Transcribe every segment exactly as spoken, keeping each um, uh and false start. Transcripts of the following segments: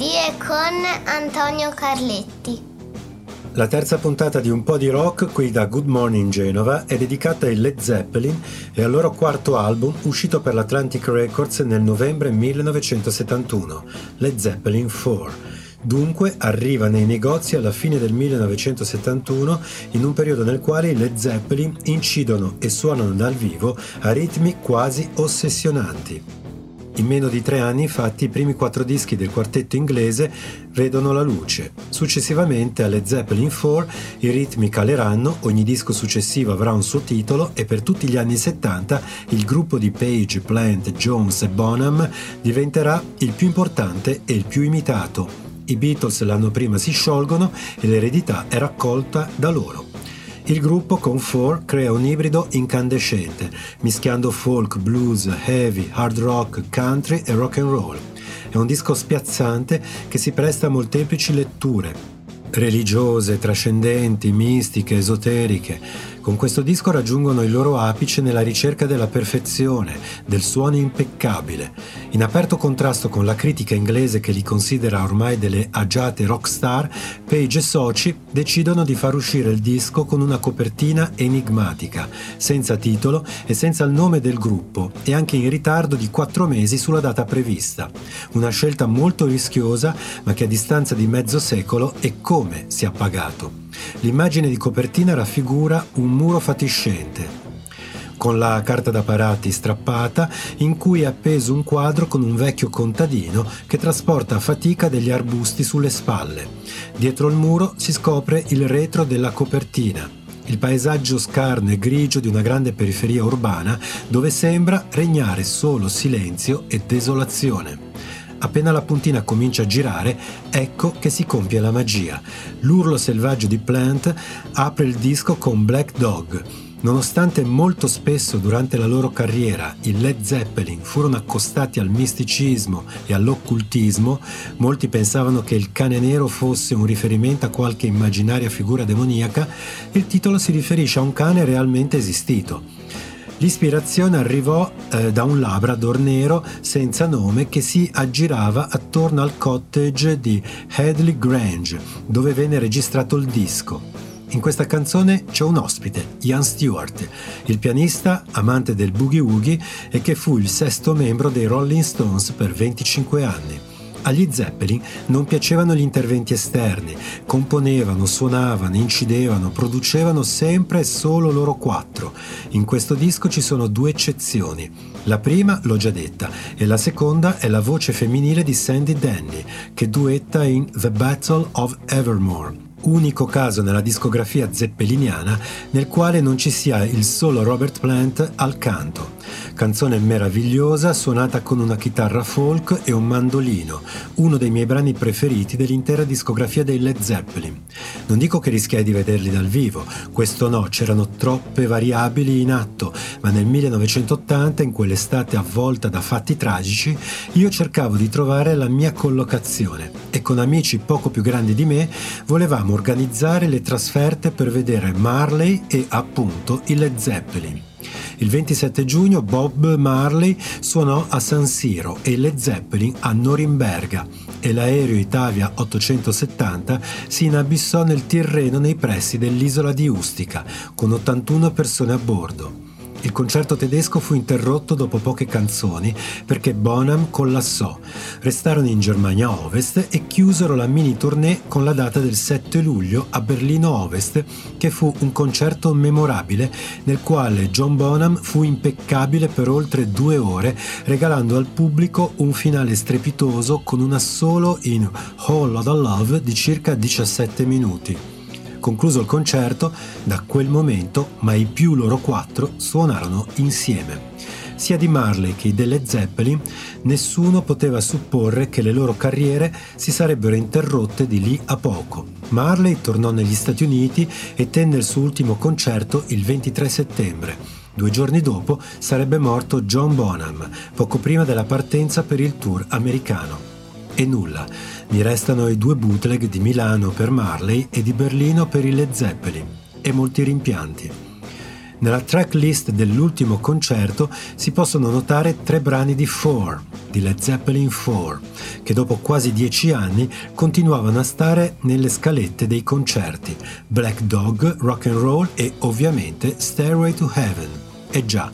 di e con Antonio Carletti. La terza puntata di Un po' di rock qui da Good Morning Genova è dedicata ai Led Zeppelin e al loro quarto album uscito per l'Atlantic Records nel novembre millenovecentosettantuno, Led Zeppelin quattro. Dunque arriva nei negozi alla fine del millenovecentosettantuno, in un periodo nel quale i Led Zeppelin incidono e suonano dal vivo a ritmi quasi ossessionanti. In meno di tre anni, infatti, i primi quattro dischi del quartetto inglese vedono la luce. Successivamente a Led Zeppelin quattro i ritmi caleranno, ogni disco successivo avrà un suo titolo e per tutti gli anni settanta il gruppo di Page, Plant, Jones e Bonham diventerà il più importante e il più imitato. I Beatles l'anno prima si sciolgono e l'eredità è raccolta da loro. Il gruppo con quattro crea un ibrido incandescente, mischiando folk, blues, heavy, hard rock, country e rock and roll. È un disco spiazzante che si presta a molteplici letture, religiose, trascendenti, mistiche, esoteriche. Con questo disco raggiungono il loro apice nella ricerca della perfezione, del suono impeccabile. In aperto contrasto con la critica inglese che li considera ormai delle agiate rockstar, Page e soci decidono di far uscire il disco con una copertina enigmatica, senza titolo e senza il nome del gruppo, e anche in ritardo di quattro mesi sulla data prevista. Una scelta molto rischiosa, ma che a distanza di mezzo secolo è come si è pagato. L'immagine di copertina raffigura un muro fatiscente, con la carta da parati strappata, in cui è appeso un quadro con un vecchio contadino che trasporta a fatica degli arbusti sulle spalle. Dietro il muro si scopre il retro della copertina, il paesaggio scarno e grigio di una grande periferia urbana dove sembra regnare solo silenzio e desolazione. Appena la puntina comincia a girare, ecco che si compie la magia. L'urlo selvaggio di Plant apre il disco con Black Dog. Nonostante molto spesso durante la loro carriera i Led Zeppelin furono accostati al misticismo e all'occultismo, molti pensavano che il cane nero fosse un riferimento a qualche immaginaria figura demoniaca, il titolo si riferisce a un cane realmente esistito. L'ispirazione arrivò eh, da un Labrador nero senza nome che si aggirava attorno al cottage di Headley Grange, dove venne registrato il disco. In questa canzone c'è un ospite, Ian Stewart, il pianista amante del boogie woogie e che fu il sesto membro dei Rolling Stones per venticinque anni. Agli Zeppelin non piacevano gli interventi esterni, componevano, suonavano, incidevano, producevano sempre e solo loro quattro. In questo disco ci sono due eccezioni. La prima l'ho già detta e la seconda è la voce femminile di Sandy Denny, che duetta in The Battle of Evermore. Unico caso nella discografia zeppeliniana nel quale non ci sia il solo Robert Plant al canto. Canzone meravigliosa suonata con una chitarra folk e un mandolino, uno dei miei brani preferiti dell'intera discografia dei Led Zeppelin. Non dico che rischiai di vederli dal vivo, questo no, c'erano troppe variabili in atto, ma nel millenovecentottanta, in quell'estate avvolta da fatti tragici, io cercavo di trovare la mia collocazione e con amici poco più grandi di me volevamo organizzare le trasferte per vedere Marley e appunto i Led Zeppelin. Il ventisette giugno Bob Marley suonò a San Siro e i Led Zeppelin a Norimberga e l'aereo Itavia ottocentosettanta si inabissò nel Tirreno nei pressi dell'isola di Ustica con ottantuno persone a bordo. Il concerto tedesco fu interrotto dopo poche canzoni perché Bonham collassò. Restarono in Germania Ovest e chiusero la mini tournée con la data del sette luglio a Berlino Ovest, che fu un concerto memorabile nel quale John Bonham fu impeccabile per oltre due ore, regalando al pubblico un finale strepitoso con un assolo in Whole Lotta Love di circa diciassette minuti. Concluso il concerto, da quel momento mai più loro quattro suonarono insieme. Sia di Marley che dei Led Zeppelin, nessuno poteva supporre che le loro carriere si sarebbero interrotte di lì a poco. Marley tornò negli Stati Uniti e tenne il suo ultimo concerto il ventitré settembre. Due giorni dopo sarebbe morto John Bonham, poco prima della partenza per il tour americano. E nulla, mi restano i due bootleg di Milano per Marley e di Berlino per i Led Zeppelin, e molti rimpianti. Nella tracklist dell'ultimo concerto si possono notare tre brani di Four, di Led Zeppelin quattro, che dopo quasi dieci anni continuavano a stare nelle scalette dei concerti: Black Dog, Rock and Roll e ovviamente Stairway to Heaven. E già,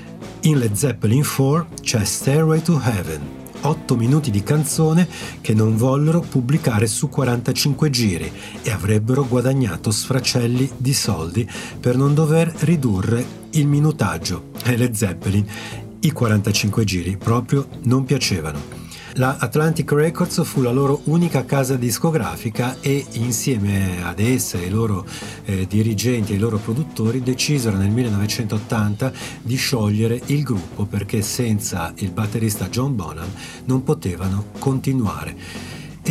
in Led Zeppelin quattro c'è Stairway to Heaven, otto minuti di canzone che non vollero pubblicare su quarantacinque giri e avrebbero guadagnato sfracelli di soldi per non dover ridurre il minutaggio. E Led Zeppelin i quarantacinque giri proprio non piacevano. La Atlantic Records fu la loro unica casa discografica e insieme ad essa, ai loro eh, dirigenti e ai loro produttori, decisero nel millenovecentottanta di sciogliere il gruppo perché senza il batterista John Bonham non potevano continuare.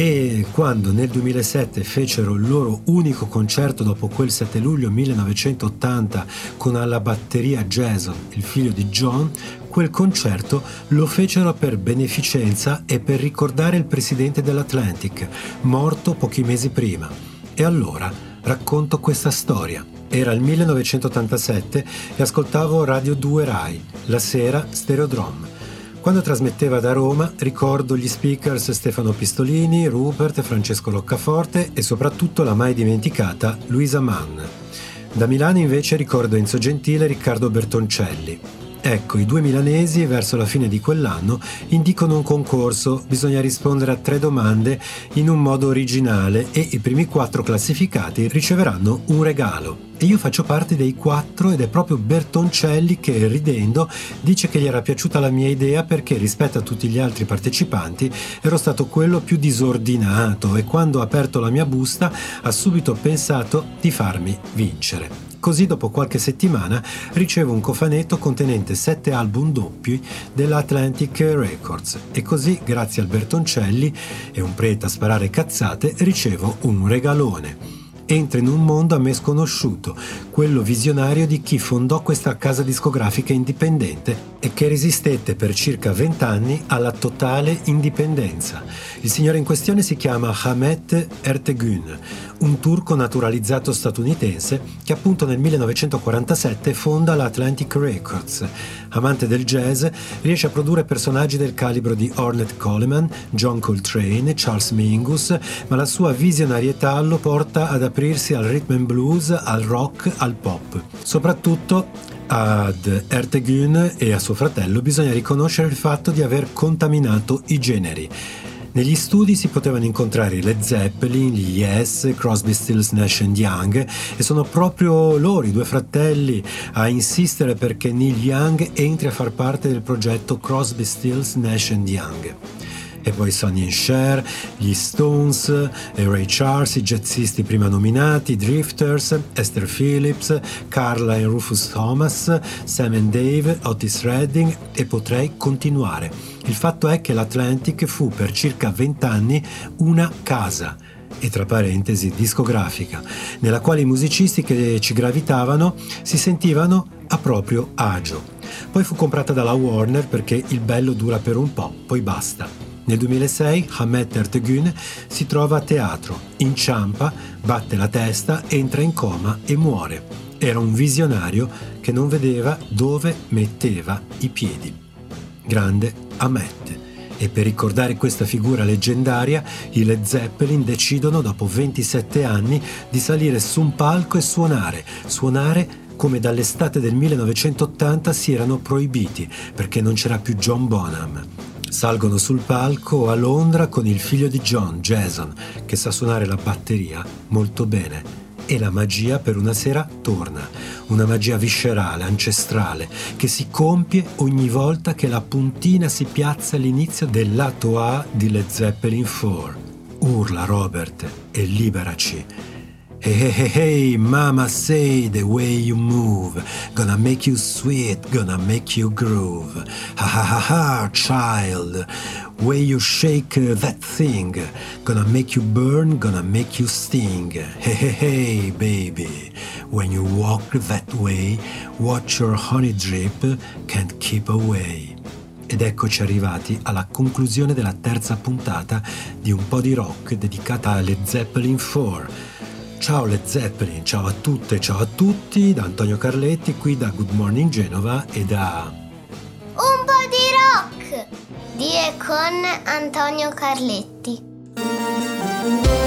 E quando nel duemilasette fecero il loro unico concerto dopo quel sette luglio millenovecentottanta con alla batteria Jason, il figlio di John, quel concerto lo fecero per beneficenza e per ricordare il presidente dell'Atlantic, morto pochi mesi prima. E allora racconto questa storia. Era il millenovecentottantasette e ascoltavo Radio due Rai, la sera Stereodrom. Quando trasmetteva da Roma ricordo gli speakers Stefano Pistolini, Rupert, Francesco Roccaforte e soprattutto la mai dimenticata Luisa Mann. Da Milano invece ricordo Enzo Gentile e Riccardo Bertoncelli. Ecco, i due milanesi verso la fine di quell'anno indicano un concorso, bisogna rispondere a tre domande in un modo originale e i primi quattro classificati riceveranno un regalo. E io faccio parte dei quattro ed è proprio Bertoncelli che, ridendo, dice che gli era piaciuta la mia idea perché rispetto a tutti gli altri partecipanti ero stato quello più disordinato e quando ha aperto la mia busta ha subito pensato di farmi vincere. Così dopo qualche settimana ricevo un cofanetto contenente sette album doppi dell'Atlantic Records e così, grazie al Bertoncelli e un prete a sparare cazzate, ricevo un regalone. Entro in un mondo a me sconosciuto, quello visionario di chi fondò questa casa discografica indipendente e che resistette per circa vent'anni alla totale indipendenza. Il signore in questione si chiama Ahmet Ertegün, un turco naturalizzato statunitense che appunto nel millenovecentoquarantasette fonda l'Atlantic Records. Amante del jazz, riesce a produrre personaggi del calibro di Ornette Coleman, John Coltrane, Charles Mingus, ma la sua visionarietà lo porta ad aprirsi al rhythm and blues, al rock, al pop. Soprattutto ad Ertegün e a suo fratello bisogna riconoscere il fatto di aver contaminato i generi. Negli studi si potevano incontrare i Led Zeppelin, gli Yes, Crosby, Stills, Nash and Young e sono proprio loro, i due fratelli, a insistere perché Neil Young entri a far parte del progetto Crosby, Stills, Nash and Young. E poi Sonny and Cher, gli Stones, e Ray Charles, i jazzisti prima nominati, i Drifters, Esther Phillips, Carla e Rufus Thomas, Sam and Dave, Otis Redding e potrei continuare. Il fatto è che l'Atlantic fu per circa vent'anni una casa, e tra parentesi discografica, nella quale i musicisti che ci gravitavano si sentivano a proprio agio. Poi fu comprata dalla Warner perché il bello dura per un po', poi basta. Nel duemilasei Ahmet Ertegün si trova a teatro, inciampa, batte la testa, entra in coma e muore. Era un visionario che non vedeva dove metteva i piedi. Grande Ahmet. E per ricordare questa figura leggendaria, i Led Zeppelin decidono, dopo ventisette anni, di salire su un palco e suonare. Suonare come dall'estate del millenovecentottanta si erano proibiti, perché non c'era più John Bonham. Salgono sul palco a Londra con il figlio di John, Jason, che sa suonare la batteria molto bene. E la magia per una sera torna, una magia viscerale, ancestrale, che si compie ogni volta che la puntina si piazza all'inizio del lato A di Led Zeppelin quattro. Urla Robert e liberaci. Hey, hey, hey, hey, mama say the way you move, gonna make you sweet, gonna make you groove. Ha ha ha ha, child, way you shake uh, that thing, gonna make you burn, gonna make you sting. Hey, hey, hey, baby, when you walk that way, watch your honey drip, can't keep away. Ed eccoci arrivati alla conclusione della terza puntata di Un po' di rock dedicata a Led Zeppelin quattro. Ciao Led Zeppelin, ciao a tutte, ciao a tutti, da Antonio Carletti qui da Good Morning Genova e da Un po' di rock di e con Antonio Carletti.